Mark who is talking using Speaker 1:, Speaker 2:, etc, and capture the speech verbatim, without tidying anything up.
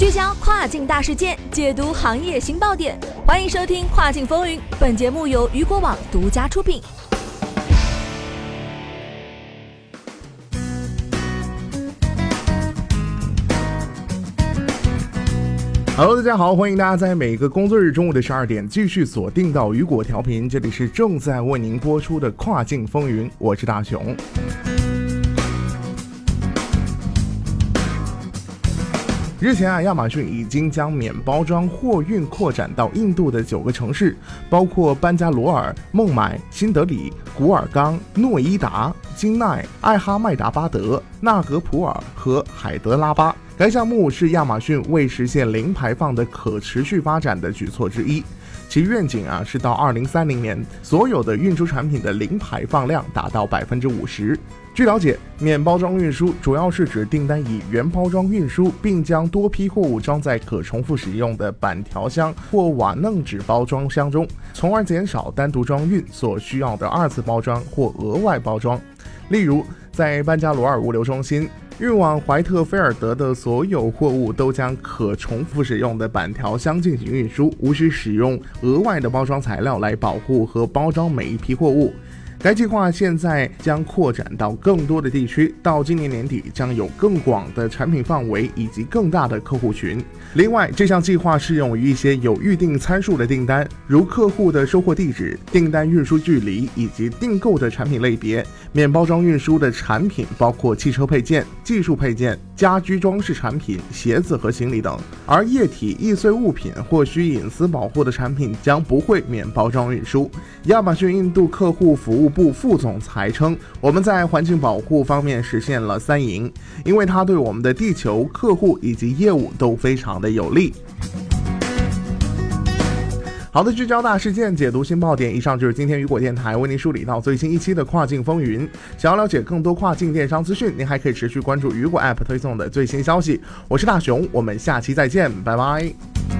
Speaker 1: 聚焦跨境大事件，解读行业新爆点，欢迎收听《跨境风云》。本节目由雨果网独家出品。
Speaker 2: Hello， 大家好，欢迎大家在每个工作日中午的十二点继续锁定到雨果调频，这里是正在为您播出的《跨境风云》，我是大雄。日前啊，亚马逊已经将免包装货运扩展到印度的九个城市，包括班加罗尔、孟买、新德里、古尔冈、诺伊达、金奈、艾哈迈达巴德、纳格普尔和海德拉巴。该项目是亚马逊为实现零排放的可持续发展的举措之一。其愿景啊是到二零三零年，所有的运输产品的零排放量达到百分之五十。据了解，免包装运输主要是指订单以原包装运输，并将多批货物装在可重复使用的板条箱或瓦楞纸包装箱中，从而减少单独装运所需要的二次包装或额外包装。例如，在班加罗尔物流中心，运往怀特菲尔德的所有货物都将可重复使用的板条箱进行运输，无需使用额外的包装材料来保护和包装每一批货物。该计划现在将扩展到更多的地区，到今年年底将有更广的产品范围以及更大的客户群。另外，这项计划适用于一些有预定参数的订单，如客户的收货地址、订单运输距离以及订购的产品类别。免包装运输的产品包括汽车配件、技术配件、家居装饰产品、鞋子和行李等，而液体易碎物品或需隐私保护的产品将不会免包装运输。亚马逊印度客户服务部副总裁称，我们在环境保护方面实现了三赢，因为它对我们的地球、客户以及业务都非常的有利。好的，聚焦大事件，解读新爆点。以上就是今天雨果电台为您梳理到最新一期的跨境风云。想要了解更多跨境电商资讯，您还可以持续关注雨果 App 推送的最新消息。我是大雄，我们下期再见，拜拜。